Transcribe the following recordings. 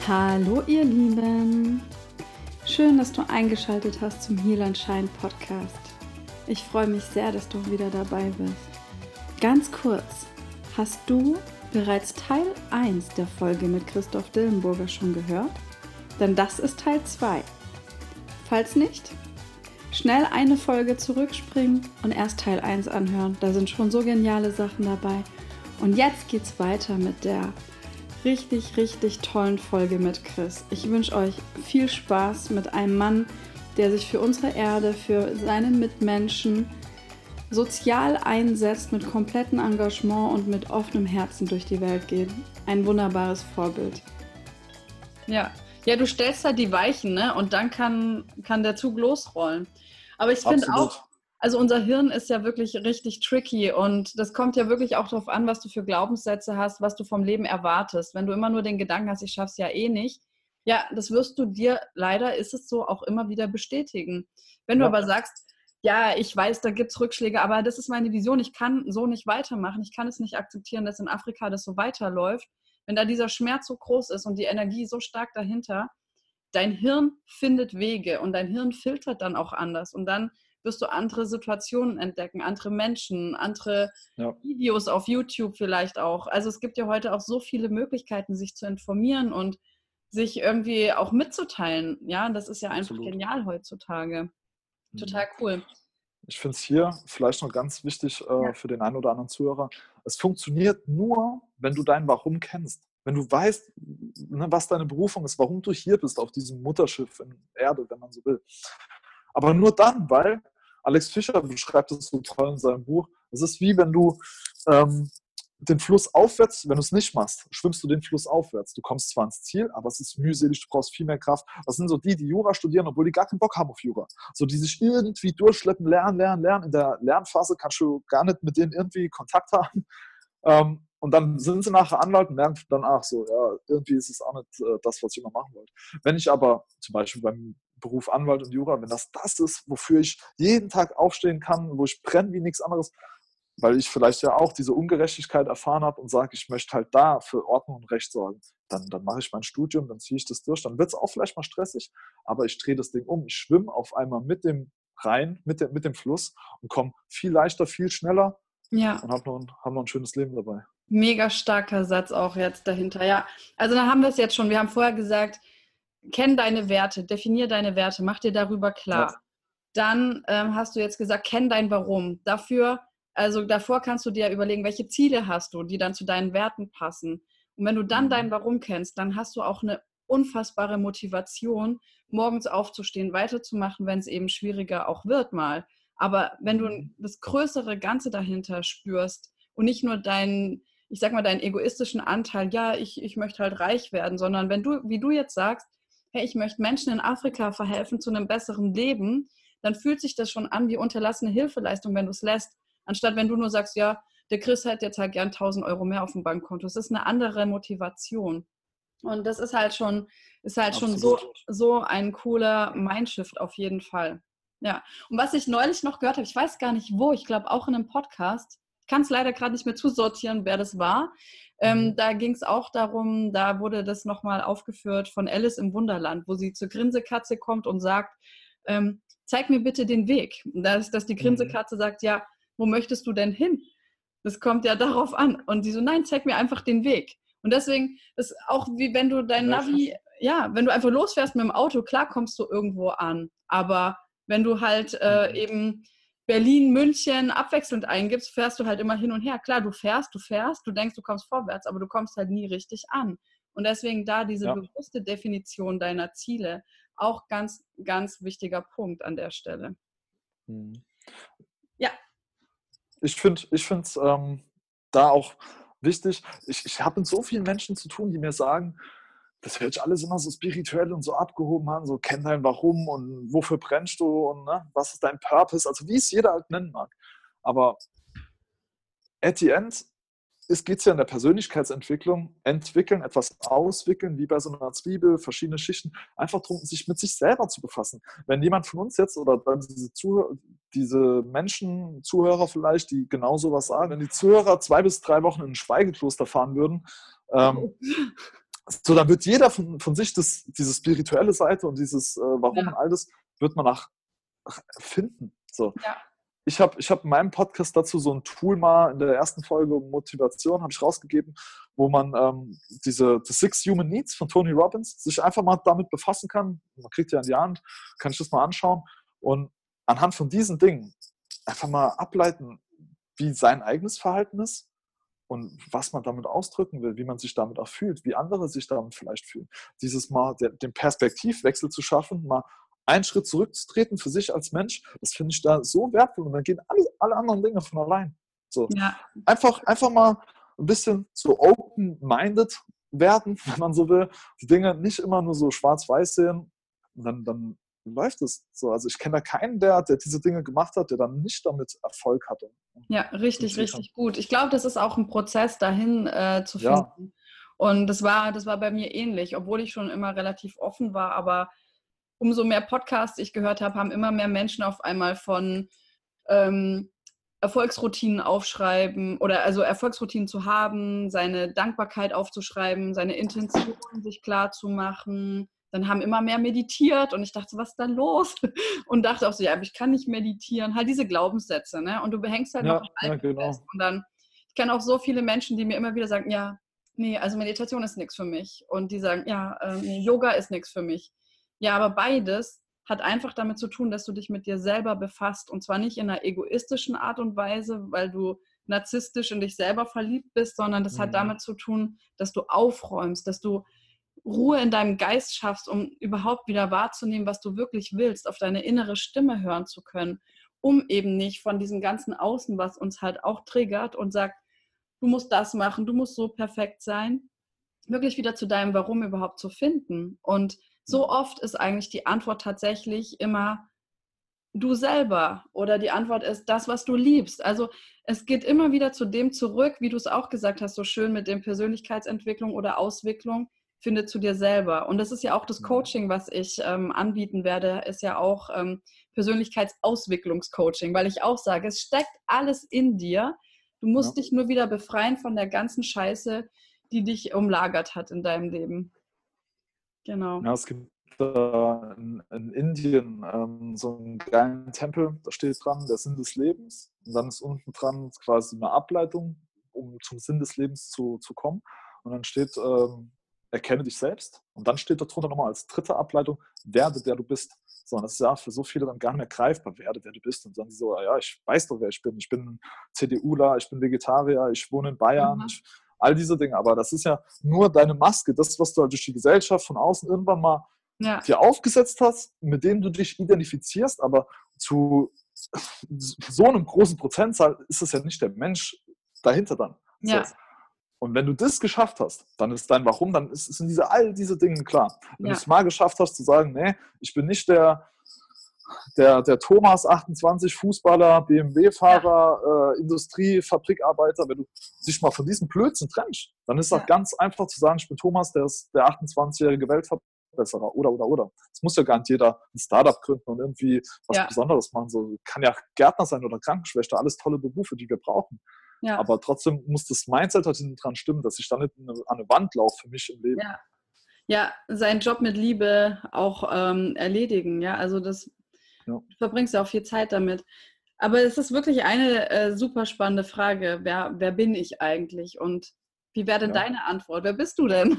Hallo ihr Lieben! Schön, dass du eingeschaltet hast zum Heal and Shine Podcast. Ich freue mich sehr, dass du wieder dabei bist. Ganz kurz, hast du bereits Teil 1 der Folge mit Christoph Dillenburger schon gehört? Denn das ist Teil 2. Falls nicht, schnell eine Folge zurückspringen und erst Teil 1 anhören. Da sind schon so geniale Sachen dabei. Und jetzt geht's weiter mit der richtig tollen Folge mit Chris. Ich wünsche euch viel Spaß mit einem Mann, der sich für unsere Erde, für seine Mitmenschen sozial einsetzt, mit komplettem Engagement und mit offenem Herzen durch die Welt geht. Ein wunderbares Vorbild. Ja, du stellst halt die Weichen, ne? Und dann kann der Zug losrollen. Aber ich finde auch, also unser Hirn ist ja wirklich richtig tricky und das kommt ja wirklich auch darauf an, was du für Glaubenssätze hast, was du vom Leben erwartest. Wenn du immer nur den Gedanken hast, ich schaff's ja eh nicht, ja, das wirst du dir, leider ist es so, auch immer wieder bestätigen. Wenn du aber sagst, ja, ich weiß, da gibt's Rückschläge, aber das ist meine Vision, ich kann so nicht weitermachen, ich kann es nicht akzeptieren, dass in Afrika das so weiterläuft. Wenn da dieser Schmerz so groß ist und die Energie so stark dahinter, dein Hirn findet Wege und dein Hirn filtert dann auch anders und dann wirst du andere Situationen entdecken, andere Menschen, andere Videos auf YouTube vielleicht auch. Also es gibt ja heute auch so viele Möglichkeiten, sich zu informieren und sich irgendwie auch mitzuteilen. Ja, das ist ja einfach genial heutzutage. Total cool. Ich finde es hier vielleicht noch ganz wichtig für den einen oder anderen Zuhörer. Es funktioniert nur, wenn du dein Warum kennst. Wenn du weißt, ne, was deine Berufung ist, warum du hier bist auf diesem Mutterschiff in Erde, wenn man so will. Aber nur dann, weil Alex Fischer beschreibt es so toll in seinem Buch, es ist wie wenn du den Fluss aufwärts, wenn du es nicht machst, schwimmst du den Fluss aufwärts. Du kommst zwar ans Ziel, aber es ist mühselig, du brauchst viel mehr Kraft. Das sind so die Jura studieren, obwohl die gar keinen Bock haben auf Jura. So die sich irgendwie durchschleppen, lernen. In der Lernphase kannst du gar nicht mit denen irgendwie Kontakt haben. Und dann sind sie nachher Anwalt und merken dann, ach so, ja, irgendwie ist es auch nicht das, was ich immer machen wollte. Wenn ich aber zum Beispiel beim Beruf Anwalt und Jura, wenn das ist, wofür ich jeden Tag aufstehen kann, wo ich brenne wie nichts anderes, weil ich vielleicht ja auch diese Ungerechtigkeit erfahren habe und sage, ich möchte halt da für Ordnung und Recht sorgen, dann mache ich mein Studium, dann ziehe ich das durch, dann wird es auch vielleicht mal stressig, aber ich drehe das Ding um, ich schwimme auf einmal mit dem Rhein, mit dem Fluss und komme viel leichter, viel schneller und habe noch ein schönes Leben dabei. Mega starker Satz auch jetzt dahinter, ja. Also da haben wir es jetzt schon, wir haben vorher gesagt, kenn deine Werte, definier deine Werte, mach dir darüber klar. Ja. Dann hast du jetzt gesagt, kenn dein Warum. Davor kannst du dir überlegen, welche Ziele hast du, die dann zu deinen Werten passen. Und wenn du dann dein Warum kennst, dann hast du auch eine unfassbare Motivation, morgens aufzustehen, weiterzumachen, wenn es eben schwieriger auch wird mal. Aber wenn du das größere Ganze dahinter spürst und nicht nur deinen egoistischen Anteil, ja, ich möchte halt reich werden, sondern wenn du, wie du jetzt sagst, hey, ich möchte Menschen in Afrika verhelfen zu einem besseren Leben, dann fühlt sich das schon an wie unterlassene Hilfeleistung, wenn du es lässt. Anstatt wenn du nur sagst, ja, der Chris hätte jetzt halt gern 1.000 Euro mehr auf dem Bankkonto. Das ist eine andere Motivation. Und das ist halt schon so ein cooler Mindshift auf jeden Fall. Ja. Und was ich neulich noch gehört habe, ich weiß gar nicht wo, ich glaube auch in einem Podcast, ich kann es leider gerade nicht mehr zusortieren, wer das war. Da ging es auch darum, da wurde das nochmal aufgeführt von Alice im Wunderland, wo sie zur Grinsekatze kommt und sagt, zeig mir bitte den Weg. Dass die Grinsekatze sagt, ja, wo möchtest du denn hin? Das kommt ja darauf an. Und die so, nein, zeig mir einfach den Weg. Und deswegen ist auch wie wenn du dein Navi, wenn du einfach losfährst mit dem Auto, klar kommst du irgendwo an. Aber wenn du halt eben Berlin, München abwechselnd eingibst, fährst du halt immer hin und her. Klar, du fährst, du denkst, du kommst vorwärts, aber du kommst halt nie richtig an. Und deswegen da diese bewusste Definition deiner Ziele, auch ganz, ganz wichtiger Punkt an der Stelle. Ja. Ich finde es da auch wichtig. Ich habe mit so vielen Menschen zu tun, die mir sagen, das hört sich alles immer so spirituell und so abgehoben an, so kenn dein Warum und wofür brennst du und ne, was ist dein Purpose, also wie es jeder halt nennen mag. Aber at the end geht es ja in der Persönlichkeitsentwicklung, entwickeln, etwas auswickeln, wie bei so einer Zwiebel, verschiedene Schichten, einfach darum, sich mit sich selber zu befassen. Wenn jemand von uns jetzt oder diese Menschen, Zuhörer vielleicht, die genau sowas sagen, wenn die Zuhörer 2 bis 3 Wochen in ein Schweigekloster fahren würden, So, dann wird jeder von sich diese spirituelle Seite und dieses Warum und all das, wird man finden. So. Ja. Ich hab in meinem Podcast dazu so ein Tool mal in der ersten Folge Motivation, habe ich rausgegeben, wo man The Six Human Needs von Tony Robbins sich einfach mal damit befassen kann. Man kriegt ja in die Hand, kann ich das mal anschauen und anhand von diesen Dingen einfach mal ableiten, wie sein eigenes Verhalten ist und was man damit ausdrücken will, wie man sich damit auch fühlt, wie andere sich damit vielleicht fühlen. Dieses Mal den Perspektivwechsel zu schaffen, mal einen Schritt zurückzutreten für sich als Mensch, das finde ich da so wertvoll und dann gehen alle anderen Dinge von allein. So. Ja. Einfach mal ein bisschen so open-minded werden, wenn man so will. Die Dinge nicht immer nur so schwarz-weiß sehen und dann läuft es so. Also ich kenne da keinen, der diese Dinge gemacht hat, der dann nicht damit Erfolg hatte. Ja, richtig gut. Ich glaube, das ist auch ein Prozess, dahin zu finden. Ja. Und das war bei mir ähnlich, obwohl ich schon immer relativ offen war, aber umso mehr Podcasts ich gehört habe, haben immer mehr Menschen auf einmal von Erfolgsroutinen aufschreiben oder also Erfolgsroutinen zu haben, seine Dankbarkeit aufzuschreiben, seine Intention sich klar zu machen. Dann haben immer mehr meditiert und ich dachte, was ist da los? Und dachte auch so, ja, aber ich kann nicht meditieren. Halt diese Glaubenssätze, ne? Und du hängst halt noch im Alten fest. Und dann, ich kenne auch so viele Menschen, die mir immer wieder sagen, ja, nee, also Meditation ist nichts für mich. Und die sagen, ja, nee, Yoga ist nichts für mich. Ja, aber beides hat einfach damit zu tun, dass du dich mit dir selber befasst und zwar nicht in einer egoistischen Art und Weise, weil du narzisstisch in dich selber verliebt bist, sondern das hat damit zu tun, dass du aufräumst, dass du Ruhe in deinem Geist schaffst, um überhaupt wieder wahrzunehmen, was du wirklich willst, auf deine innere Stimme hören zu können, um eben nicht von diesem ganzen Außen, was uns halt auch triggert und sagt, du musst das machen, du musst so perfekt sein, wirklich wieder zu deinem Warum überhaupt zu finden. Und so oft ist eigentlich die Antwort tatsächlich immer du selber oder die Antwort ist das, was du liebst. Also es geht immer wieder zu dem zurück, wie du es auch gesagt hast, so schön mit dem Persönlichkeitsentwicklung oder Auswicklung, finde zu dir selber. Und das ist ja auch das Coaching, was ich anbieten werde, ist ja auch Persönlichkeitsauswicklungscoaching, weil ich auch sage, es steckt alles in dir. Du musst dich nur wieder befreien von der ganzen Scheiße, die dich umlagert hat in deinem Leben. Genau. Ja, es gibt in Indien so einen geilen Tempel, da steht dran, der Sinn des Lebens. Und dann ist unten dran quasi eine Ableitung, um zum Sinn des Lebens zu kommen. Und dann steht, erkenne dich selbst. Und dann steht darunter nochmal als dritte Ableitung, werde, der du bist. So, und das ist ja für so viele dann gar nicht mehr greifbar, werde, wer du bist. Und dann die so, ja, ich weiß doch, wer ich bin. Ich bin CDUler, ich bin Vegetarier, ich wohne in Bayern, all diese Dinge. Aber das ist ja nur deine Maske, das, was du halt durch die Gesellschaft von außen irgendwann mal dir aufgesetzt hast, mit dem du dich identifizierst. Aber zu so einem großen Prozentzahl ist es ja nicht der Mensch dahinter dann. Ja. So. Und wenn du das geschafft hast, dann ist dein Warum, dann sind all diese Dinge klar. Wenn du es mal geschafft hast zu sagen, nee, ich bin nicht der Thomas 28, Fußballer, BMW-Fahrer, Industrie-Fabrikarbeiter, wenn du dich mal von diesem Blödsinn trennst, dann ist es auch ganz einfach zu sagen, ich bin Thomas, der ist der 28-jährige Weltverbesserer oder. Es muss ja gar nicht jeder ein Startup gründen und irgendwie was Besonderes machen. So, kann ja Gärtner sein oder Krankenschwester, alles tolle Berufe, die wir brauchen. Ja. Aber trotzdem muss das Mindset halt hinten dran stimmen, dass ich dann nicht an eine Wand laufe für mich im Leben. Ja, seinen Job mit Liebe auch erledigen. Ja, also du verbringst ja auch viel Zeit damit. Aber es ist wirklich eine super spannende Frage. Wer bin ich eigentlich? Und wie wäre denn deine Antwort? Wer bist du denn?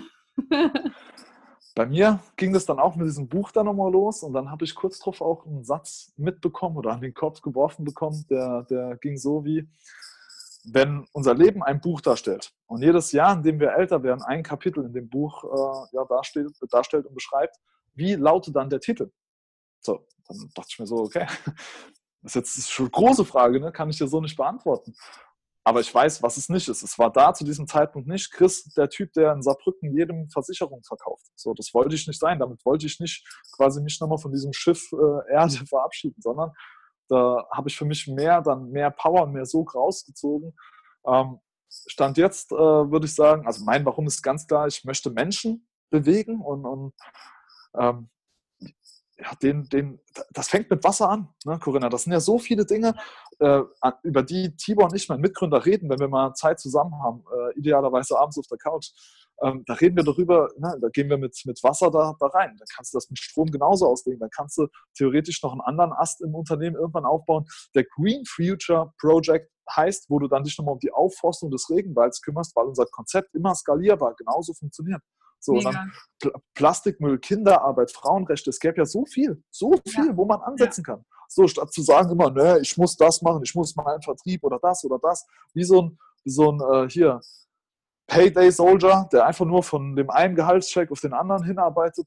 Bei mir ging das dann auch mit diesem Buch dann nochmal los und dann habe ich kurz drauf auch einen Satz mitbekommen oder an den Kopf geworfen bekommen, der ging so wie: Wenn unser Leben ein Buch darstellt und jedes Jahr, in dem wir älter werden, ein Kapitel in dem Buch darstellt und beschreibt, wie lautet dann der Titel? So, dann dachte ich mir so, okay, das ist jetzt schon eine große Frage, ne? Kann ich dir so nicht beantworten. Aber ich weiß, was es nicht ist. Es war da zu diesem Zeitpunkt nicht Chris, der Typ, der in Saarbrücken jedem Versicherung verkauft. So, das wollte ich nicht sein. Damit wollte ich nicht quasi mich nochmal von diesem Schiff Erde verabschieden, sondern da habe ich für mich mehr Power und mehr Sog rausgezogen. Stand jetzt würde ich sagen, also mein Warum ist ganz klar, ich möchte Menschen bewegen und das fängt mit Wasser an, ne, Corinna. Das sind ja so viele Dinge, über die Tibor und ich, mein Mitgründer, reden, wenn wir mal Zeit zusammen haben, idealerweise abends auf der Couch. Da reden wir darüber, ne, da gehen wir mit Wasser da rein. Dann kannst du das mit Strom genauso auslegen. Dann kannst du theoretisch noch einen anderen Ast im Unternehmen irgendwann aufbauen. Der Green Future Project heißt, wo du dann dich nochmal um die Aufforstung des Regenwalds kümmerst, weil unser Konzept immer skalierbar genauso funktioniert. So, und dann Plastikmüll, Kinderarbeit, Frauenrechte, es gäbe ja so viel, wo man ansetzen kann. So, statt zu sagen immer, ne, ich muss das machen, ich muss meinen Vertrieb oder das, wie so ein hier Payday Soldier, der einfach nur von dem einen Gehaltscheck auf den anderen hinarbeitet.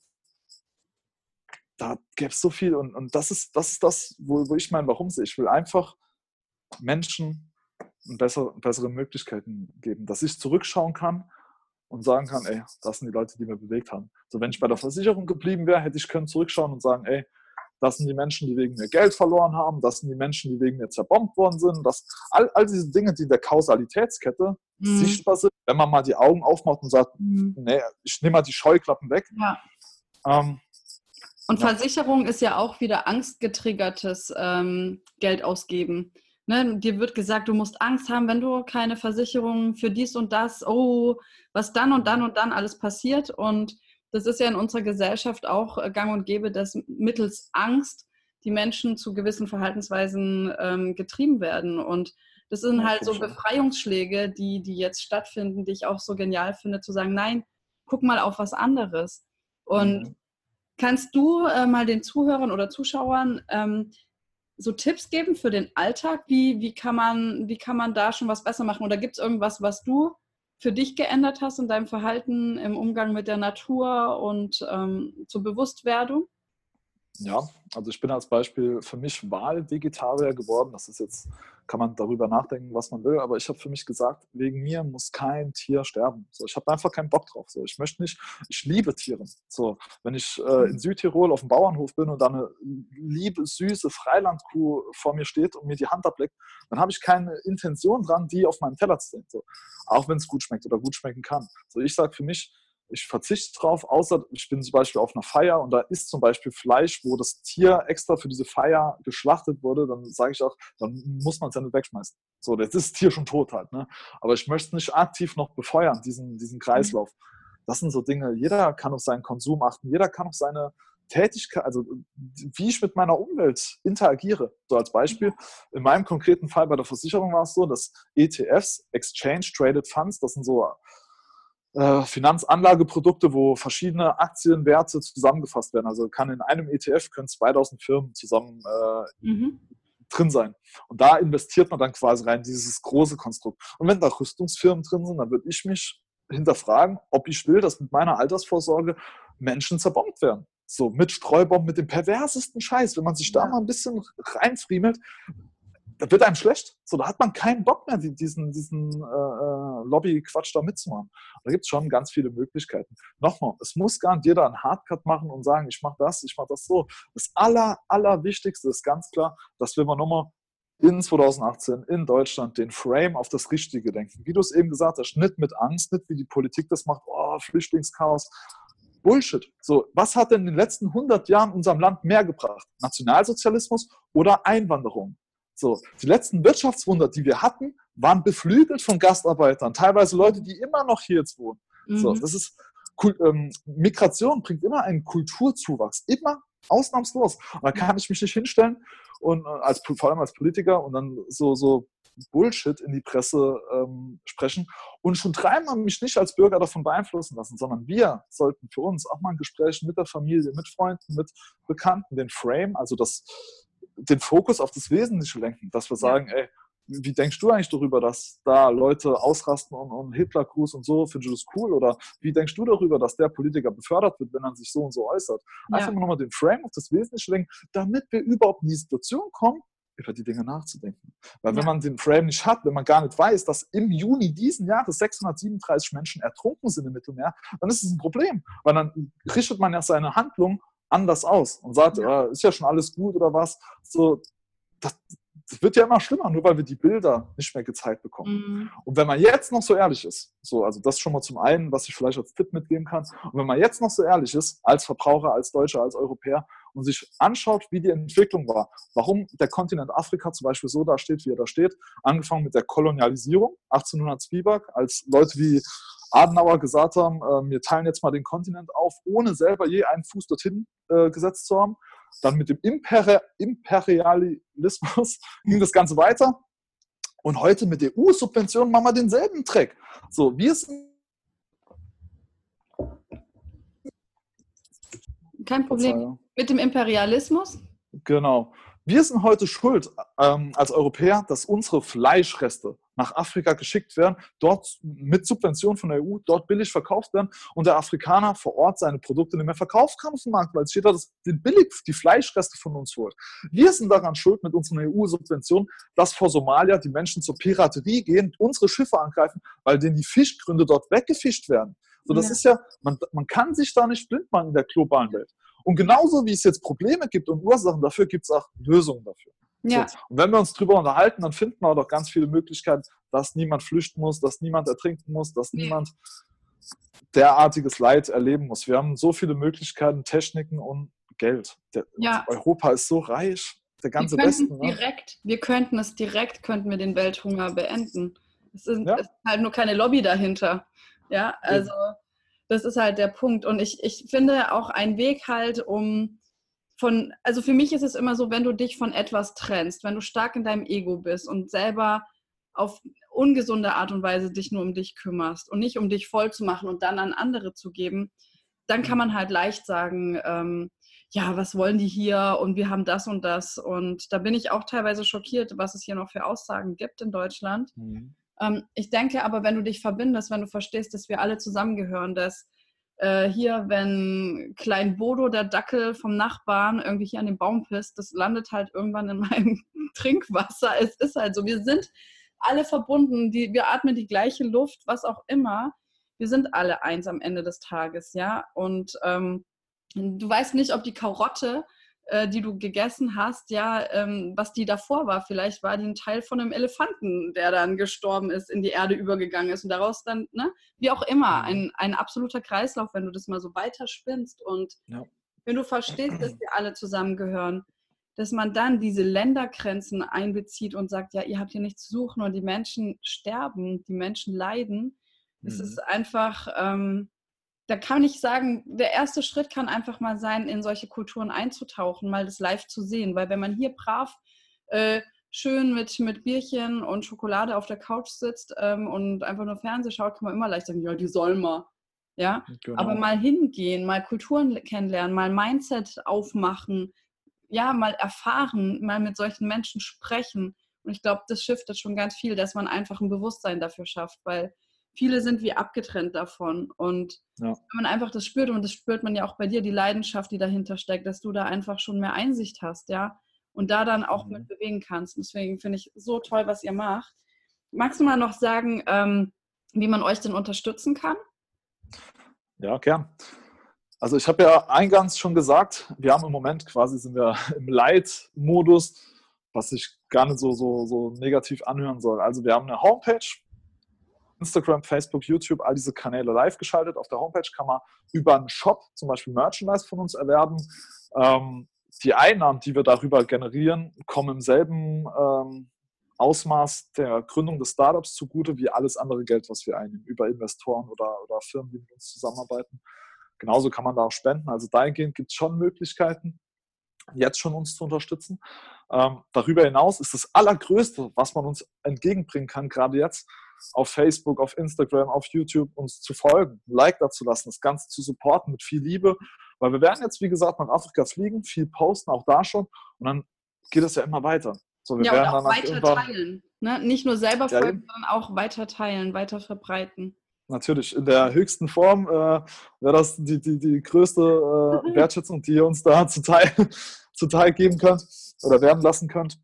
Da gäbe es so viel und das ist das, wo ich mein Warum sehe. Ich will einfach Menschen bessere Möglichkeiten geben, dass ich zurückschauen kann und sagen kann, ey, das sind die Leute, die mir bewegt haben. So, wenn ich bei der Versicherung geblieben wäre, hätte ich können zurückschauen und sagen, ey, das sind die Menschen, die wegen mir Geld verloren haben, das sind die Menschen, die wegen mir zerbombt worden sind, all diese Dinge, die in der Kausalitätskette sichtbar sind, wenn man mal die Augen aufmacht und sagt, nee, ich nehme mal die Scheuklappen weg. Ja. Und Versicherung ist ja auch wieder angstgetriggertes Geld ausgeben. Ne, dir wird gesagt, du musst Angst haben, wenn du keine Versicherung für dies und das, was dann und dann und dann alles passiert. Und das ist ja in unserer Gesellschaft auch gang und gäbe, dass mittels Angst die Menschen zu gewissen Verhaltensweisen getrieben werden. Und das sind halt so Befreiungsschläge, die jetzt stattfinden, die ich auch so genial finde, zu sagen, nein, guck mal auf was anderes. Und kannst du mal den Zuhörern oder Zuschauern so Tipps geben für den Alltag? Wie kann man da schon was besser machen? Oder gibt es irgendwas, was du für dich geändert hast in deinem Verhalten im Umgang mit der Natur und zur Bewusstwerdung? Ja, also ich bin als Beispiel für mich Wahlvegetarier geworden. Das ist jetzt, kann man darüber nachdenken, was man will, aber ich habe für mich gesagt, wegen mir muss kein Tier sterben. So, ich habe einfach keinen Bock drauf. So, ich möchte nicht, ich liebe Tiere. So, wenn ich in Südtirol auf dem Bauernhof bin und da eine liebe, süße Freilandkuh vor mir steht und mir die Hand ableckt, dann habe ich keine Intention dran, die auf meinem Teller zu sehen. So, auch wenn es gut schmeckt oder gut schmecken kann. So, ich sage für mich, ich verzichte drauf, außer ich bin zum Beispiel auf einer Feier und da ist zum Beispiel Fleisch, wo das Tier extra für diese Feier geschlachtet wurde, dann sage ich auch, dann muss man es ja nicht wegschmeißen. So, jetzt ist das Tier schon tot halt, ne? Aber ich möchte es nicht aktiv noch befeuern, diesen Kreislauf. Das sind so Dinge, jeder kann auf seinen Konsum achten, jeder kann auf seine Tätigkeit, also wie ich mit meiner Umwelt interagiere. So als Beispiel, in meinem konkreten Fall bei der Versicherung war es so, dass ETFs, Exchange Traded Funds, das sind so Finanzanlageprodukte, wo verschiedene Aktienwerte zusammengefasst werden. Also kann in einem ETF können 2000 Firmen zusammen drin sein. Und da investiert man dann quasi rein, dieses große Konstrukt. Und wenn da Rüstungsfirmen drin sind, dann würde ich mich hinterfragen, ob ich will, dass mit meiner Altersvorsorge Menschen zerbombt werden. So mit Streubomben, mit dem perversesten Scheiß. Wenn man sich da mal ein bisschen reinfriemelt, da wird einem schlecht. So, da hat man keinen Bock mehr, diesen Lobby-Quatsch da mitzumachen. Da gibt es schon ganz viele Möglichkeiten. Nochmal, es muss gar nicht jeder einen Hardcut machen und sagen, ich mache das so. Das Allerwichtigste ist ganz klar, dass wir mal nochmal in 2018 in Deutschland den Frame auf das Richtige denken. Wie du es eben gesagt hast, nicht mit Angst, nicht wie die Politik das macht, Flüchtlingschaos. Bullshit. So, was hat denn in den letzten 100 Jahren unserem Land mehr gebracht? Nationalsozialismus oder Einwanderung? So, die letzten Wirtschaftswunder, die wir hatten, waren beflügelt von Gastarbeitern, teilweise Leute, die immer noch hier jetzt wohnen. So, das ist Migration bringt immer einen Kulturzuwachs, immer ausnahmslos. Und da kann ich mich nicht hinstellen und vor allem als Politiker und dann so Bullshit in die Presse sprechen und schon dreimal mich nicht als Bürger davon beeinflussen lassen, sondern wir sollten für uns auch mal ein Gespräch mit der Familie, mit Freunden, mit Bekannten, den Frame, also den Fokus auf das Wesentliche lenken, dass wir sagen, ey, wie denkst du eigentlich darüber, dass da Leute ausrasten und Hitlergruß und so, findest du das cool? Oder wie denkst du darüber, dass der Politiker befördert wird, wenn er sich so und so äußert? Einfach nochmal den Frame auf das Wesentliche lenken, damit wir überhaupt in die Situation kommen, über die Dinge nachzudenken. Weil wenn man den Frame nicht hat, wenn man gar nicht weiß, dass im Juni diesen Jahres 637 Menschen ertrunken sind im Mittelmeer, dann ist es ein Problem. Weil dann richtet man ja seine Handlung anders aus und sagt, ist ja schon alles gut oder was. So, das wird ja immer schlimmer, nur weil wir die Bilder nicht mehr gezeigt bekommen. Und wenn man jetzt noch so ehrlich ist, so, also das schon mal zum einen, was ich vielleicht als Tipp mitgeben kann, und wenn man jetzt noch so ehrlich ist, als Verbraucher, als Deutscher, als Europäer, und sich anschaut, wie die Entwicklung war, warum der Kontinent Afrika zum Beispiel so da steht, wie er da steht, angefangen mit der Kolonialisierung, 1800 Zwieback, als Leute wie Adenauer gesagt haben, wir teilen jetzt mal den Kontinent auf, ohne selber je einen Fuß dorthin gesetzt zu haben. Dann mit dem Imperialismus ging das Ganze weiter. Und heute mit EU-Subventionen machen wir denselben Trick. So, wir sind. Kein Problem mit dem Imperialismus. Genau. Wir sind heute schuld als Europäer, dass unsere Fleischreste nach Afrika geschickt werden, dort mit Subvention von der EU, dort billig verkauft werden und der Afrikaner vor Ort seine Produkte nicht mehr verkaufen kann auf dem Markt, weil es steht da, dass billig die Fleischreste von uns holt. Wir sind daran schuld mit unseren EU-Subventionen, dass vor Somalia die Menschen zur Piraterie gehen, unsere Schiffe angreifen, weil denen die Fischgründe dort weggefischt werden. So, das ist ja, man kann sich da nicht blind machen in der globalen Welt. Und genauso wie es jetzt Probleme gibt und Ursachen dafür, gibt es auch Lösungen dafür. Ja. So. Und wenn wir uns darüber unterhalten, dann finden wir doch ganz viele Möglichkeiten, dass niemand flüchten muss, dass niemand ertrinken muss, dass niemand derartiges Leid erleben muss. Wir haben so viele Möglichkeiten, Techniken und Geld. Europa ist so reich, der ganze Westen. Wir könnten den Welthunger beenden. Es ist halt nur keine Lobby dahinter. Ja, also das ist halt der Punkt. Und ich finde auch einen Weg halt, also für mich ist es immer so, wenn du dich von etwas trennst, wenn du stark in deinem Ego bist und selber auf ungesunde Art und Weise dich nur um dich kümmerst und nicht um dich voll zu machen und dann an andere zu geben, dann kann man halt leicht sagen, ja, was wollen die hier und wir haben das und das. Und da bin ich auch teilweise schockiert, was es hier noch für Aussagen gibt in Deutschland. Ich denke aber, wenn du dich verbindest, wenn du verstehst, dass wir alle zusammengehören, dass hier, wenn Klein Bodo, der Dackel vom Nachbarn, irgendwie hier an den Baum pisst, das landet halt irgendwann in meinem Trinkwasser. Es ist halt so, wir sind alle verbunden, wir atmen die gleiche Luft, was auch immer. Wir sind alle eins am Ende des Tages, ja. Und du weißt nicht, ob die Karotte, die du gegessen hast, ja, was die davor war. Vielleicht war die ein Teil von einem Elefanten, der dann gestorben ist, in die Erde übergegangen ist und daraus dann, ne, wie auch immer, ein absoluter Kreislauf, wenn du das mal so weiterspinnst. Und wenn du verstehst, dass wir alle zusammengehören, dass man dann diese Ländergrenzen einbezieht und sagt, ja, ihr habt hier nichts zu suchen und die Menschen sterben, die Menschen leiden. Es ist einfach, da kann ich sagen, der erste Schritt kann einfach mal sein, in solche Kulturen einzutauchen, mal das live zu sehen. Weil wenn man hier brav schön mit Bierchen und Schokolade auf der Couch sitzt und einfach nur Fernsehen schaut, kann man immer leicht sagen, ja, die sollen mal. Ja? Genau. Aber mal hingehen, mal Kulturen kennenlernen, mal Mindset aufmachen, ja, mal erfahren, mal mit solchen Menschen sprechen. Und ich glaube, das shiftet schon ganz viel, dass man einfach ein Bewusstsein dafür schafft, weil viele sind wie abgetrennt davon. Und wenn man einfach das spürt, und das spürt man ja auch bei dir, die Leidenschaft, die dahinter steckt, dass du da einfach schon mehr Einsicht hast, ja, und da dann auch mit bewegen kannst. Deswegen finde ich so toll, was ihr macht. Magst du mal noch sagen, wie man euch denn unterstützen kann? Ja, gern. Also ich habe ja eingangs schon gesagt, wir haben im Moment sind wir im Leid-Modus, was sich gar nicht so negativ anhören soll. Also wir haben eine Homepage, Instagram, Facebook, YouTube, all diese Kanäle live geschaltet. Auf der Homepage kann man über einen Shop zum Beispiel Merchandise von uns erwerben. Die Einnahmen, die wir darüber generieren, kommen im selben Ausmaß der Gründung des Startups zugute, wie alles andere Geld, was wir einnehmen, über Investoren oder Firmen, die mit uns zusammenarbeiten. Genauso kann man da auch spenden. Also dahingehend gibt es schon Möglichkeiten, jetzt schon uns zu unterstützen. Darüber hinaus ist das Allergrößte, was man uns entgegenbringen kann, gerade jetzt, auf Facebook, auf Instagram, auf YouTube uns zu folgen, ein Like dazu lassen, das Ganze zu supporten mit viel Liebe, weil wir werden jetzt, wie gesagt, nach Afrika fliegen, viel posten, auch da schon, und dann geht es ja immer weiter. So, wir werden und auch weiter teilen. Ne? Nicht nur selber folgen, sondern auch weiter teilen, weiter verbreiten. Natürlich, in der höchsten Form wäre das die größte Wertschätzung, die ihr uns da zuteil geben könnt oder werden lassen könnt.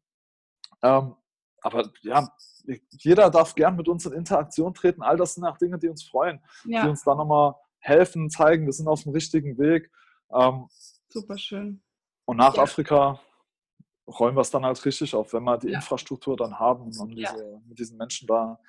Aber ja, jeder darf gern mit uns in Interaktion treten. All das sind auch Dinge, die uns freuen, die uns dann nochmal helfen, zeigen, wir sind auf dem richtigen Weg. Super schön. Und nach Afrika rollen wir es dann halt richtig auf, wenn wir die Infrastruktur dann haben, um mit diesen Menschen da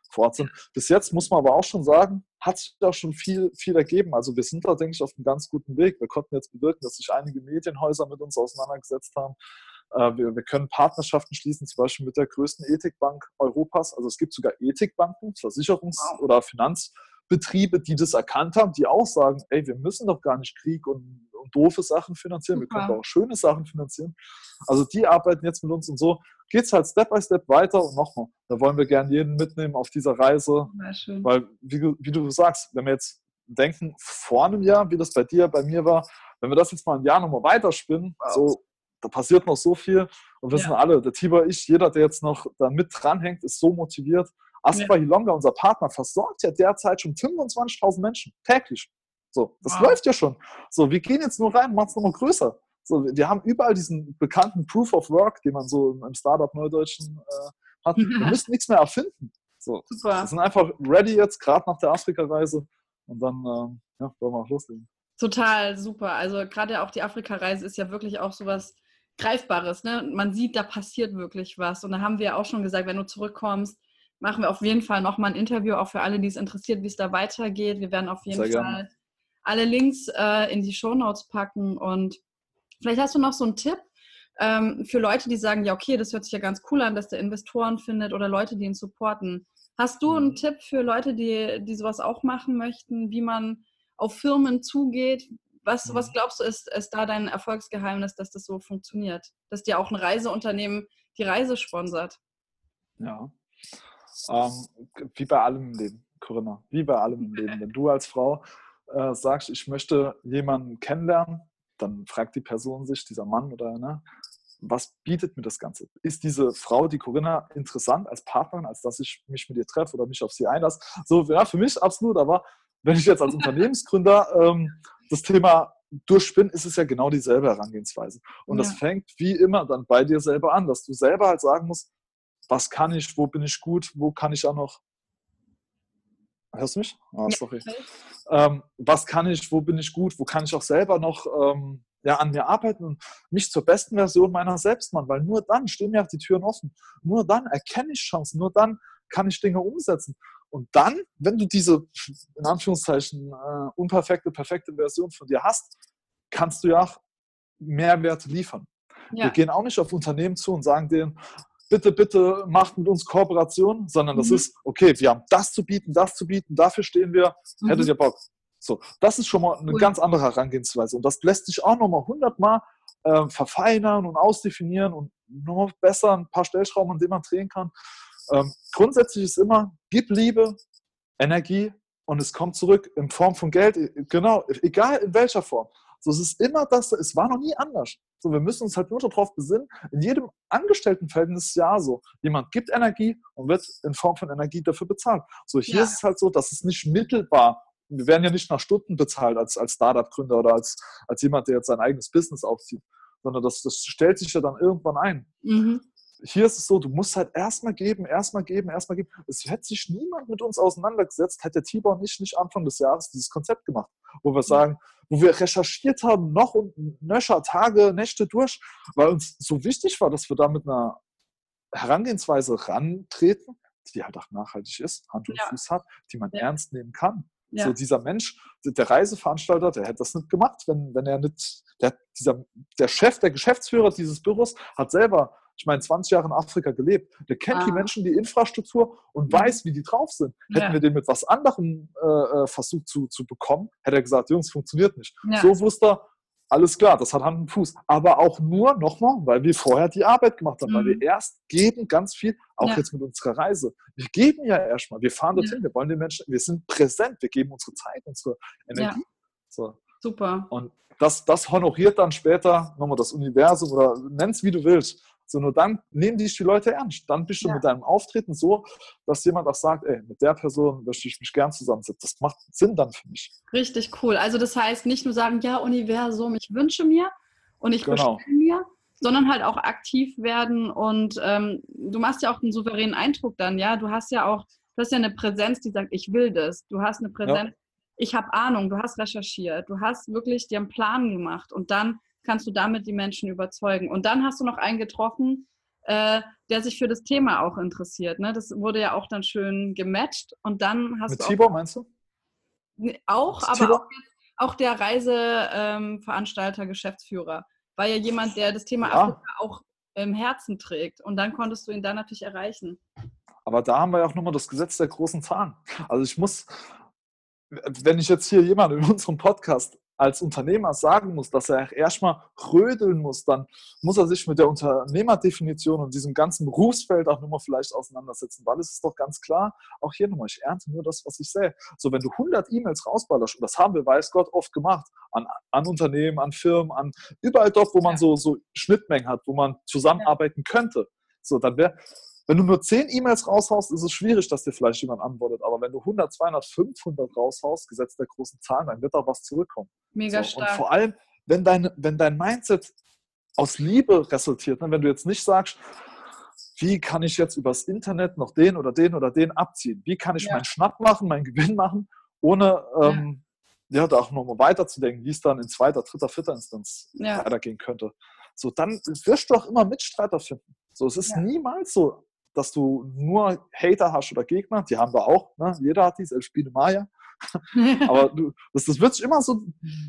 vor Ort sind. Bis jetzt muss man aber auch schon sagen, hat sich da schon viel, viel ergeben. Also wir sind da, denke ich, auf einem ganz guten Weg. Wir konnten jetzt bewirken, dass sich einige Medienhäuser mit uns auseinandergesetzt haben. Wir können Partnerschaften schließen, zum Beispiel mit der größten Ethikbank Europas. Also es gibt sogar Ethikbanken, Versicherungs- oder Finanzbetriebe, die das erkannt haben, die auch sagen, ey, wir müssen doch gar nicht Krieg und doofe Sachen finanzieren, wir können doch auch schöne Sachen finanzieren. Also die arbeiten jetzt mit uns und so geht es halt Step by Step weiter und nochmal. Da wollen wir gerne jeden mitnehmen auf dieser Reise, weil, wie du sagst, wenn wir jetzt denken, vor einem Jahr, wie das bei dir, bei mir war, wenn wir das jetzt mal ein Jahr nochmal weiterspinnen, so, da passiert noch so viel und wir wissen alle, der Tibor, ich, jeder, der jetzt noch da mit dranhängt, ist so motiviert. Aspa Hilonga, unser Partner, versorgt ja derzeit schon 25.000 Menschen täglich. So, das läuft ja schon. So, wir gehen jetzt nur rein und machen es nochmal größer. So, wir haben überall diesen bekannten Proof of Work, den man so im Startup-Neudeutschen hat. Wir müssen nichts mehr erfinden. So, wir sind einfach ready jetzt, gerade nach der Afrika-Reise und dann wollen wir auch loslegen. Total super. Also gerade auch die Afrika-Reise ist ja wirklich auch sowas Greifbares. Ne? Man sieht, da passiert wirklich was. Und da haben wir ja auch schon gesagt, wenn du zurückkommst, machen wir auf jeden Fall nochmal ein Interview, auch für alle, die es interessiert, wie es da weitergeht. Wir werden auf jeden Fall alle Links in die Shownotes packen. Und vielleicht hast du noch so einen Tipp für Leute, die sagen, ja okay, das hört sich ja ganz cool an, dass der Investoren findet oder Leute, die ihn supporten. Hast du einen Tipp für Leute, die sowas auch machen möchten, wie man auf Firmen zugeht? Was glaubst du, ist da dein Erfolgsgeheimnis, dass das so funktioniert? Dass dir auch ein Reiseunternehmen die Reise sponsert? Ja, wie bei allem im Leben, Corinna, wie bei allem im Leben. Wenn du als Frau sagst, ich möchte jemanden kennenlernen, dann fragt die Person sich, dieser Mann oder was bietet mir das Ganze? Ist diese Frau, die Corinna, interessant als Partnerin, als dass ich mich mit ihr treffe oder mich auf sie einlasse? So, ja, für mich absolut, aber wenn ich jetzt als Unternehmensgründer das Thema durchspinne, ist es ja genau dieselbe Herangehensweise. Und das fängt wie immer dann bei dir selber an, dass du selber halt sagen musst, was kann ich, wo bin ich gut, wo kann ich auch noch. Hörst du mich? Sorry. Was kann ich, wo bin ich gut, wo kann ich auch selber noch an mir arbeiten und mich zur besten Version meiner selbst machen, weil nur dann stehen mir auch die Türen offen. Nur dann erkenne ich Chancen, nur dann kann ich Dinge umsetzen. Und dann, wenn du diese, in Anführungszeichen, unperfekte, perfekte Version von dir hast, kannst du ja auch Mehrwert liefern. Wir gehen auch nicht auf Unternehmen zu und sagen denen, bitte, bitte macht mit uns Kooperation, sondern das ist, okay, wir haben das zu bieten, dafür stehen wir, hättet ihr Bock. So, das ist schon mal eine ganz andere Herangehensweise und das lässt sich auch nochmal 100-mal verfeinern und ausdefinieren und noch besser ein paar Stellschrauben, an denen man drehen kann. Grundsätzlich ist immer, gib Liebe, Energie und es kommt zurück in Form von Geld, genau, egal in welcher Form. So, es ist immer das, es war noch nie anders. So, wir müssen uns halt nur darauf besinnen, in jedem Angestelltenverhältnis ist es ja so, jemand gibt Energie und wird in Form von Energie dafür bezahlt. So, hier ist es halt so, dass es nicht mittelbar, wir werden ja nicht nach Stunden bezahlt als Startup-Gründer oder als jemand, der jetzt sein eigenes Business aufzieht, sondern das stellt sich ja dann irgendwann ein. Hier ist es so, du musst halt erstmal geben. Es hätte sich niemand mit uns auseinandergesetzt, hätte Tibor und ich nicht Anfang des Jahres dieses Konzept gemacht, wo wir sagen, wo wir recherchiert haben, noch und nöcher, Tage, Nächte durch, weil uns so wichtig war, dass wir da mit einer Herangehensweise rantreten, die halt auch nachhaltig ist, Hand und Fuß hat, die man ernst nehmen kann. Ja. So dieser Mensch, der Reiseveranstalter, der hätte das nicht gemacht, wenn er nicht, der Chef, der Geschäftsführer dieses Büros hat selber, ich meine, 20 Jahre in Afrika gelebt. Der kennt die Menschen, die Infrastruktur und weiß, wie die drauf sind. Hätten wir den mit was anderem versucht zu bekommen, hätte er gesagt, Jungs, funktioniert nicht. Ja. So wusste er, alles klar, das hat Hand und Fuß. Aber auch nur, nochmal, weil wir vorher die Arbeit gemacht haben, weil wir erst geben ganz viel, auch jetzt mit unserer Reise. Wir geben ja erstmal, wir fahren dorthin, wir wollen den Menschen, wir sind präsent, wir geben unsere Zeit, unsere Energie. So. Super. Und das honoriert dann später nochmal das Universum oder nenn es wie du willst. So, nur dann nehmen die Leute ernst. Dann bist du mit deinem Auftreten so, dass jemand auch sagt, ey, mit der Person möchte ich mich gern zusammensetzen. Das macht Sinn dann für mich. Richtig cool. Also das heißt, nicht nur sagen, ja, Universum, ich wünsche mir und ich bestelle mir, sondern halt auch aktiv werden und du machst ja auch einen souveränen Eindruck dann, ja. Du hast ja eine Präsenz, die sagt, ich will das. Du hast eine Präsenz, ich habe Ahnung, du hast recherchiert, du hast wirklich dir einen Plan gemacht und dann kannst du damit die Menschen überzeugen. Und dann hast du noch einen getroffen, der sich für das Thema auch interessiert. Ne? Das wurde ja auch dann schön gematcht und dann hast Mit du Tibor, meinst du? auch, Ist aber Tibor? auch der Reiseveranstalter, Geschäftsführer, war ja jemand, der das Thema Afrika Ja, auch im Herzen trägt. Und dann konntest du ihn dann natürlich erreichen. aber da haben wir ja auch nochmal das Gesetz der großen Zahlen. Also ich muss, wenn ich jetzt hier jemand in unserem Podcast als Unternehmer sagen muss, dass er erstmal rödeln muss, dann muss er sich mit der Unternehmerdefinition und diesem ganzen Berufsfeld auch nochmal vielleicht auseinandersetzen, weil es ist doch ganz klar, auch hier nochmal, ich ernte nur das, was ich sehe. So, wenn du 100 E-Mails rausballerst, und das haben wir, weiß Gott, oft gemacht, an Unternehmen, an Firmen, an überall dort, wo man so Schnittmengen hat, wo man zusammenarbeiten könnte, so, dann wäre, wenn du nur 10 E-Mails raushaust, ist es schwierig, dass dir vielleicht jemand antwortet. Aber wenn du 100, 200, 500 raushaust, Gesetz der großen Zahlen, dann wird auch was zurückkommen. Mega So, und stark. vor allem, wenn dein Mindset aus Liebe resultiert, ne, wenn du jetzt nicht sagst, wie kann ich jetzt übers Internet noch den oder den oder den abziehen? Wie kann ich meinen Schnapp machen, meinen Gewinn machen, ohne da auch nochmal weiterzudenken, wie es dann in zweiter, dritter, vierter Instanz weitergehen könnte. So, dann wirst du auch immer Mitstreiter finden. So, es ist niemals so, dass du nur Hater hast oder Gegner, die haben wir auch, ne? Jeder hat die, selbst Biene Maya. Aber das wird sich immer so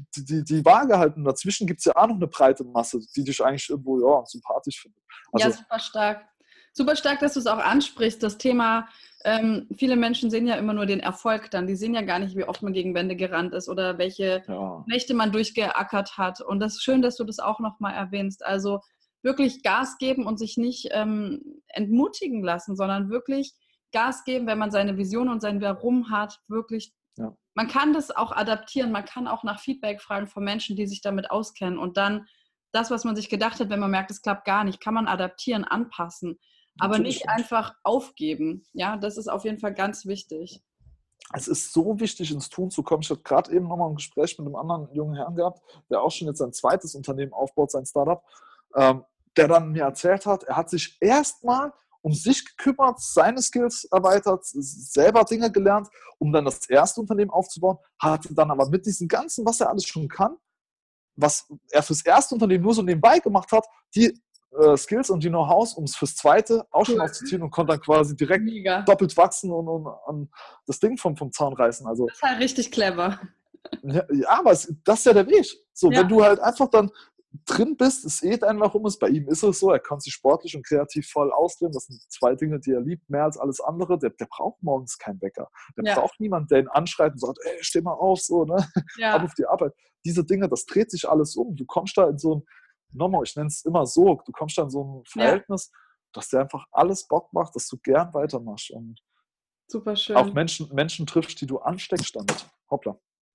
die Waage halten. Dazwischen gibt es ja auch noch eine breite Masse, die dich eigentlich irgendwo sympathisch findet. Also, super stark. Super stark, dass du es auch ansprichst. Das Thema, viele Menschen sehen ja immer nur den Erfolg dann. Die sehen ja gar nicht, wie oft man gegen Wände gerannt ist oder welche Nächte man durchgeackert hat. Und das ist schön, dass du das auch nochmal erwähnst. Also wirklich Gas geben und sich nicht entmutigen lassen, sondern wirklich Gas geben, wenn man seine Vision und sein Warum hat, wirklich. Ja. Man kann das auch adaptieren, man kann auch nach Feedback fragen von Menschen, die sich damit auskennen und dann das, was man sich gedacht hat, wenn man merkt, es klappt gar nicht, kann man adaptieren, anpassen, aber nicht einfach aufgeben. Ja, das ist auf jeden Fall ganz wichtig. Es ist so wichtig, ins Tun zu kommen. Ich hatte gerade eben nochmal ein Gespräch mit einem anderen jungen Herrn gehabt, der auch schon jetzt sein zweites Unternehmen aufbaut, sein Startup, der dann mir erzählt hat, er hat sich erstmal um sich gekümmert, seine Skills erweitert, selber Dinge gelernt, um dann das erste Unternehmen aufzubauen, hatte dann aber mit diesem Ganzen, was er alles schon kann, was er fürs erste Unternehmen nur so nebenbei gemacht hat, die Skills und die Know-hows, um es fürs zweite auch schon aufzuziehen und konnte dann quasi direkt doppelt wachsen und das Ding vom Zaun reißen. Also, das ist halt richtig clever. Ja, aber das ist ja der Weg. So, wenn du halt einfach dann drin bist, es dein Warum ist. Bei ihm ist es so, er kann sich sportlich und kreativ voll ausleben. Das sind 2 Dinge, die er liebt, mehr als alles andere. Der braucht morgens keinen Wecker. Der braucht niemanden, der ihn anschreit und sagt, ey, steh mal auf, so, ne? Ab auf die Arbeit. Diese Dinge, das dreht sich alles um. Du kommst da in so ein, nochmal, ich nenne es immer so, du kommst da in so ein Verhältnis, dass dir einfach alles Bock macht, dass du gern weitermachst und super schön. auch Menschen triffst, die du ansteckst damit. Hoppla.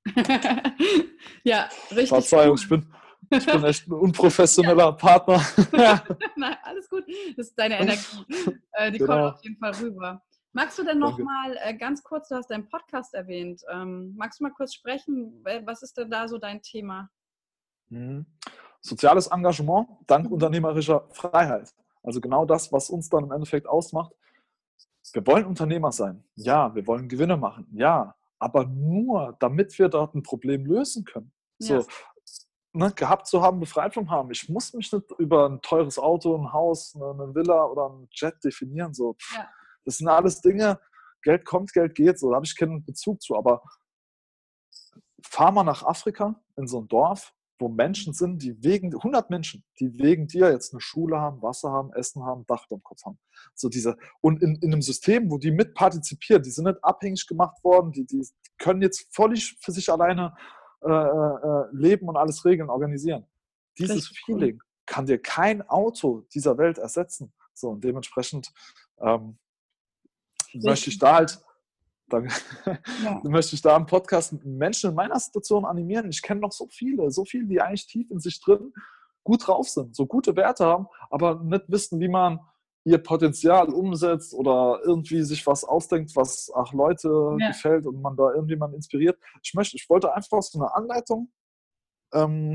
Ja, richtig. Verzeihung, cool. Ich bin echt ein unprofessioneller Partner. Nein, alles gut. Das ist deine Energie. Die kommt auf jeden Fall rüber. Magst du denn noch mal ganz kurz, du hast deinen Podcast erwähnt, magst du mal kurz sprechen, was ist denn da so dein Thema? Soziales Engagement dank unternehmerischer Freiheit. Also genau das, was uns dann im Endeffekt ausmacht. Wir wollen Unternehmer sein. Ja, wir wollen Gewinne machen. Ja, aber nur, damit wir dort ein Problem lösen können. So, gehabt zu haben, befreit vom Haben. Ich muss mich nicht über ein teures Auto, ein Haus, eine Villa oder ein Jet definieren. So. Das sind alles Dinge, Geld kommt, Geld geht. So, da habe ich keinen Bezug zu. Aber fahr mal nach Afrika in so ein Dorf, wo Menschen sind, 100 Menschen, die wegen dir jetzt eine Schule haben, Wasser haben, Essen haben, Dach über dem Kopf haben. So und in einem System, wo die mitpartizipieren, die sind nicht abhängig gemacht worden, die können jetzt völlig für sich alleine leben und alles regeln, organisieren. Dieses Feeling kann dir kein Auto dieser Welt ersetzen. So, und dementsprechend möchte ich da halt möchte ich da im Podcast Menschen in meiner Situation animieren. Ich kenne noch so viele, die eigentlich tief in sich drin gut drauf sind, so gute Werte haben, aber nicht wissen, wie man ihr Potenzial umsetzt oder irgendwie sich was ausdenkt, was Leute gefällt und man da irgendjemanden inspiriert. Ich wollte einfach so eine Anleitung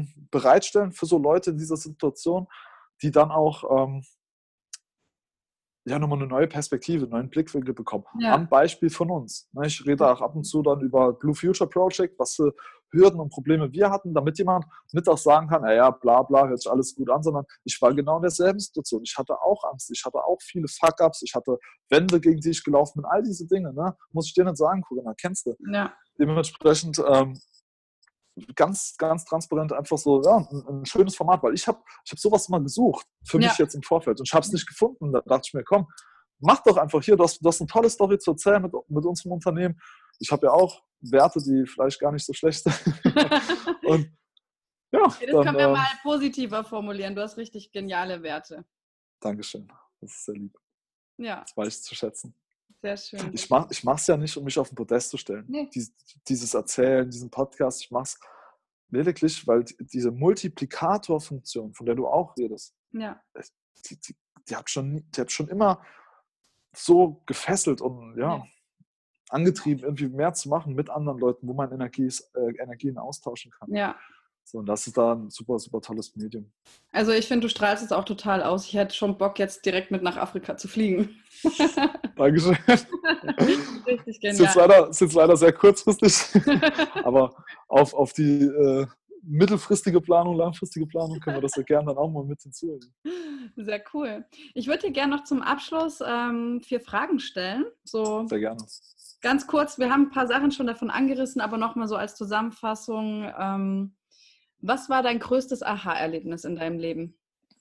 bereitstellen für so Leute in dieser Situation, die dann auch ja, nochmal eine neue Perspektive, einen neuen Blickwinkel bekommen. Ja. Am Beispiel von uns. Ich rede auch ab und zu dann über Blue Future Project, was für Hürden und Probleme wir hatten, damit jemand mit auch sagen kann, ja, bla bla, hört sich alles gut an, sondern ich war genau in derselben Situation. Ich hatte auch Angst, ich hatte auch viele Fuck-Ups, ich hatte Wände, gegen die ich gelaufen bin, all diese Dinge, ne? Muss ich dir nicht sagen, Corinna, kennst du. Ja. Dementsprechend ganz, ganz transparent einfach so, ja, ein schönes Format, weil ich hab sowas mal gesucht, für mich jetzt im Vorfeld, und ich habe es nicht gefunden. Da dachte ich mir, komm, mach doch einfach hier, du hast eine tolle Story zu erzählen mit unserem Unternehmen. Ich habe ja auch Werte, die vielleicht gar nicht so schlecht sind. Und ja, Das können wir mal positiver formulieren. Du hast richtig geniale Werte. Dankeschön, das ist sehr lieb. Ja. Das weiß ich zu schätzen. Sehr schön. Ich mache es ja nicht, um mich auf den Podest zu stellen. Nee. Dieses Erzählen, diesen Podcast, ich mache es lediglich, weil diese Multiplikatorfunktion, von der du auch redest, ja. die hat schon immer so gefesselt und angetrieben, irgendwie mehr zu machen mit anderen Leuten, wo man Energien austauschen kann. Ja. So, und das ist da ein super, super tolles Medium. Also ich finde, du strahlst es auch total aus. Ich hätte schon Bock, jetzt direkt mit nach Afrika zu fliegen. Dankeschön. Richtig genial. Ist jetzt leider sehr kurzfristig, aber auf die mittelfristige Planung, langfristige Planung können wir das ja gerne dann auch mal mit hinzunehmen. Sehr cool. Ich würde dir gerne noch zum Abschluss 4 Fragen stellen. So sehr gerne. Ganz kurz, wir haben ein paar Sachen schon davon angerissen, aber nochmal so als Zusammenfassung. Was war dein größtes Aha-Erlebnis in deinem Leben?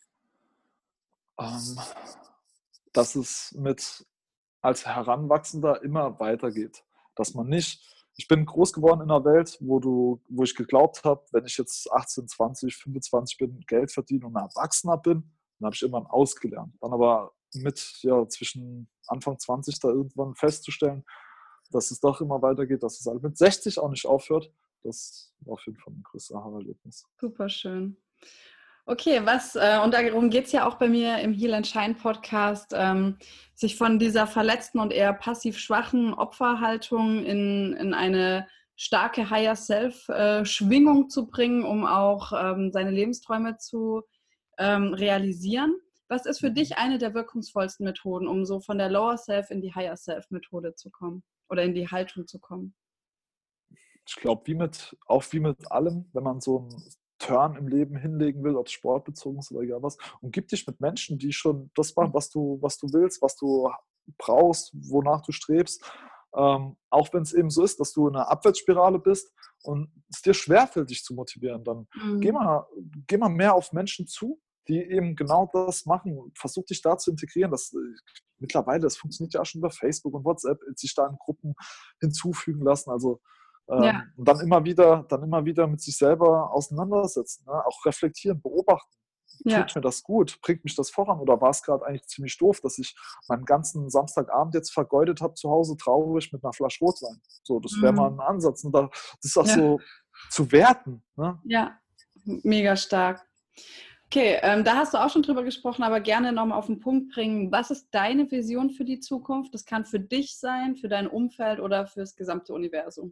Dass es als Heranwachsender immer weitergeht. Dass man nicht, ich bin groß geworden in einer Welt, wo ich geglaubt habe, wenn ich jetzt 18, 20, 25 bin, Geld verdiene und ein Erwachsener bin, dann habe ich irgendwann ausgelernt. Dann aber zwischen Anfang 20 da irgendwann festzustellen, dass es doch immer weitergeht, dass es halt mit 60 auch nicht aufhört. Das war auf jeden Fall ein größeres Aha-Erlebnis. Super schön. Okay, und darum geht es ja auch bei mir im Heal and Shine Podcast, sich von dieser verletzten und eher passiv schwachen Opferhaltung in eine starke Higher Self-Schwingung zu bringen, um auch seine Lebensträume zu realisieren. Was ist für dich eine der wirkungsvollsten Methoden, um so von der Lower Self in die Higher Self-Methode zu kommen oder in die Haltung zu kommen? Ich glaube, wie mit allem, wenn man so einen Turn im Leben hinlegen will, ob es sportbezogen ist oder egal was, umgib dich mit Menschen, die schon das machen, was du willst, was du brauchst, wonach du strebst. Auch wenn es eben so ist, dass du in einer Abwärtsspirale bist und es dir schwerfällt, dich zu motivieren, dann geh mal mehr auf Menschen zu, die eben genau das machen. Versuch dich da zu integrieren. Mittlerweile, das funktioniert ja auch schon über Facebook und WhatsApp, sich da in Gruppen hinzufügen lassen. Also und dann immer wieder mit sich selber auseinandersetzen, ne? Auch reflektieren, beobachten. Tut mir das gut? Bringt mich das voran? Oder war es gerade eigentlich ziemlich doof, dass ich meinen ganzen Samstagabend jetzt vergeudet habe zu Hause, traurig mit einer Flasche Rotwein? So, das wäre mal ein Ansatz. Und das ist auch so zu werten. Ne? Ja, mega stark. Okay, da hast du auch schon drüber gesprochen, aber gerne nochmal auf den Punkt bringen. Was ist deine Vision für die Zukunft? Das kann für dich sein, für dein Umfeld oder für das gesamte Universum.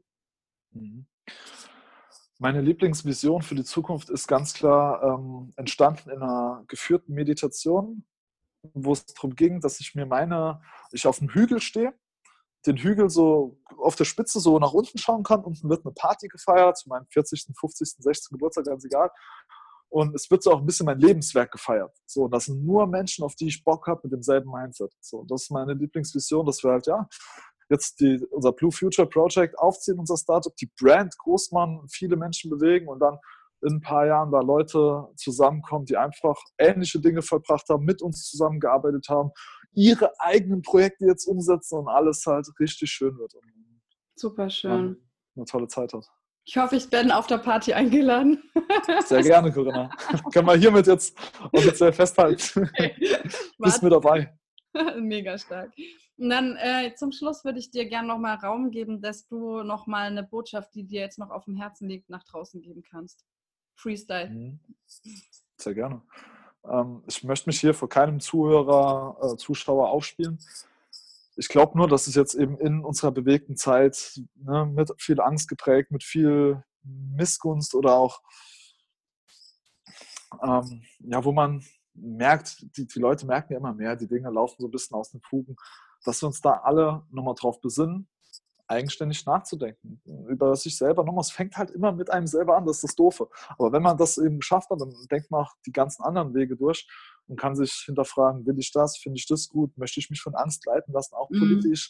Meine Lieblingsvision für die Zukunft ist ganz klar entstanden in einer geführten Meditation, wo es darum ging, dass ich auf dem Hügel stehe, den Hügel so auf der Spitze so nach unten schauen kann. Unten wird eine Party gefeiert, zu meinem 40., 50., 60. Geburtstag, ganz egal. Und es wird so auch ein bisschen mein Lebenswerk gefeiert. So, und das sind nur Menschen, auf die ich Bock habe mit demselben Mindset. So, das ist meine Lieblingsvision, dass wir halt, jetzt unser Blue Future Project aufziehen, unser Startup, die Brand groß machen, viele Menschen bewegen und dann in ein paar Jahren da Leute zusammenkommen, die einfach ähnliche Dinge vollbracht haben, mit uns zusammengearbeitet haben, ihre eigenen Projekte jetzt umsetzen und alles halt richtig schön wird. Und super schön. Eine tolle Zeit hat. Ich hoffe, ich bin auf der Party eingeladen. Sehr gerne, Corinna. Können wir hiermit jetzt offiziell festhalten. Okay. Bist mit dabei. Mega stark. Und dann zum Schluss würde ich dir gerne nochmal Raum geben, dass du nochmal eine Botschaft, die dir jetzt noch auf dem Herzen liegt, nach draußen geben kannst. Freestyle. Sehr gerne. Ich möchte mich hier vor keinem Zuschauer aufspielen. Ich glaube nur, dass es jetzt eben in unserer bewegten Zeit, ne, mit viel Angst geprägt, mit viel Missgunst oder auch, wo man die Leute merken ja immer mehr, die Dinge laufen so ein bisschen aus den Fugen, dass wir uns da alle nochmal drauf besinnen, eigenständig nachzudenken, über sich selber. Nochmal, es fängt halt immer mit einem selber an, das ist das Doofe. Aber wenn man das eben geschafft hat, dann denkt man auch die ganzen anderen Wege durch und kann sich hinterfragen, will ich das, finde ich das gut, möchte ich mich von Angst leiten lassen, auch politisch.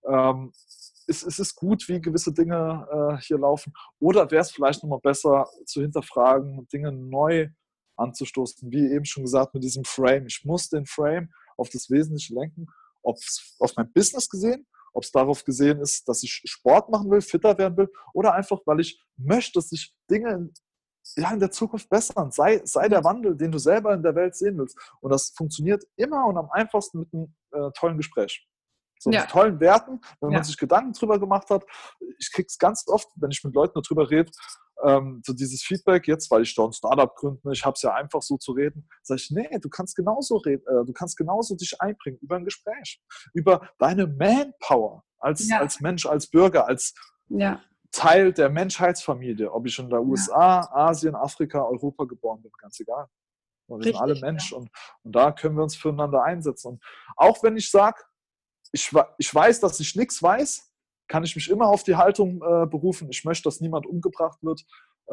Es ist gut, wie gewisse Dinge hier laufen. Oder wäre es vielleicht nochmal besser zu hinterfragen, Dinge neu anzustoßen, wie eben schon gesagt, mit diesem Frame. Ich muss den Frame auf das Wesentliche lenken, ob es auf mein Business gesehen, ob es darauf gesehen ist, dass ich Sport machen will, fitter werden will, oder einfach, weil ich möchte, dass sich Dinge in der Zukunft bessern. Sei der Wandel, den du selber in der Welt sehen willst. Und das funktioniert immer und am einfachsten mit einem tollen Gespräch. So mit tollen Werten, wenn man sich Gedanken drüber gemacht hat. Ich kriege es ganz oft, wenn ich mit Leuten darüber rede, so dieses Feedback, jetzt, weil ich da ein Startup gründe, ich habe es ja einfach so zu reden, sage ich, nee, du kannst genauso reden, du kannst genauso dich einbringen über ein Gespräch, über deine Manpower als Mensch, als Bürger, als Teil der Menschheitsfamilie, ob ich in der USA, Asien, Afrika, Europa geboren bin, ganz egal. Wir sind alle Mensch und da können wir uns füreinander einsetzen. Und auch wenn ich sage, ich weiß, dass ich nichts weiß, kann ich mich immer auf die Haltung berufen. Ich möchte, dass niemand umgebracht wird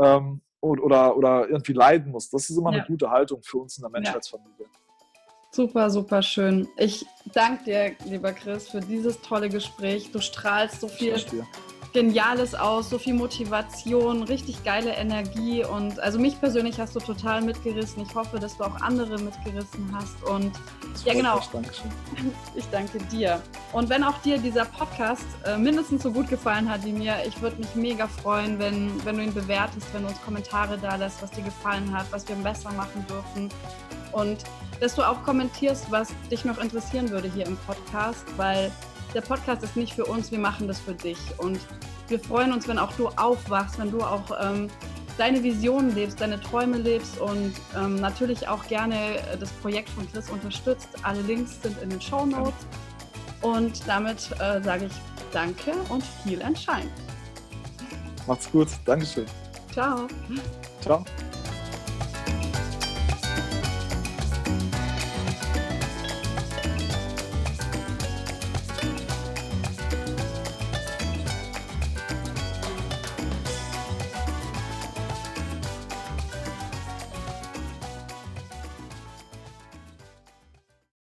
oder irgendwie leiden muss. Das ist immer eine gute Haltung für uns in der Menschheitsfamilie. Super, super schön. Ich danke dir, lieber Chris, für dieses tolle Gespräch. Du strahlst so viel Geniales aus, so viel Motivation, richtig geile Energie und also mich persönlich hast du total mitgerissen. Ich hoffe, dass du auch andere mitgerissen hast und ja genau, ich danke dir. Und wenn auch dir dieser Podcast mindestens so gut gefallen hat wie mir, ich würde mich mega freuen, wenn du ihn bewertest, wenn du uns Kommentare da lässt, was dir gefallen hat, was wir besser machen dürfen und dass du auch kommentierst, was dich noch interessieren würde hier im Podcast, weil der Podcast ist nicht für uns, wir machen das für dich. Und wir freuen uns, wenn auch du aufwachst, wenn du auch deine Visionen lebst, deine Träume lebst und natürlich auch gerne das Projekt von Chris unterstützt. Alle Links sind in den Shownotes. Und damit sage ich danke und viel Shine. Macht's gut. Dankeschön. Ciao. Ciao.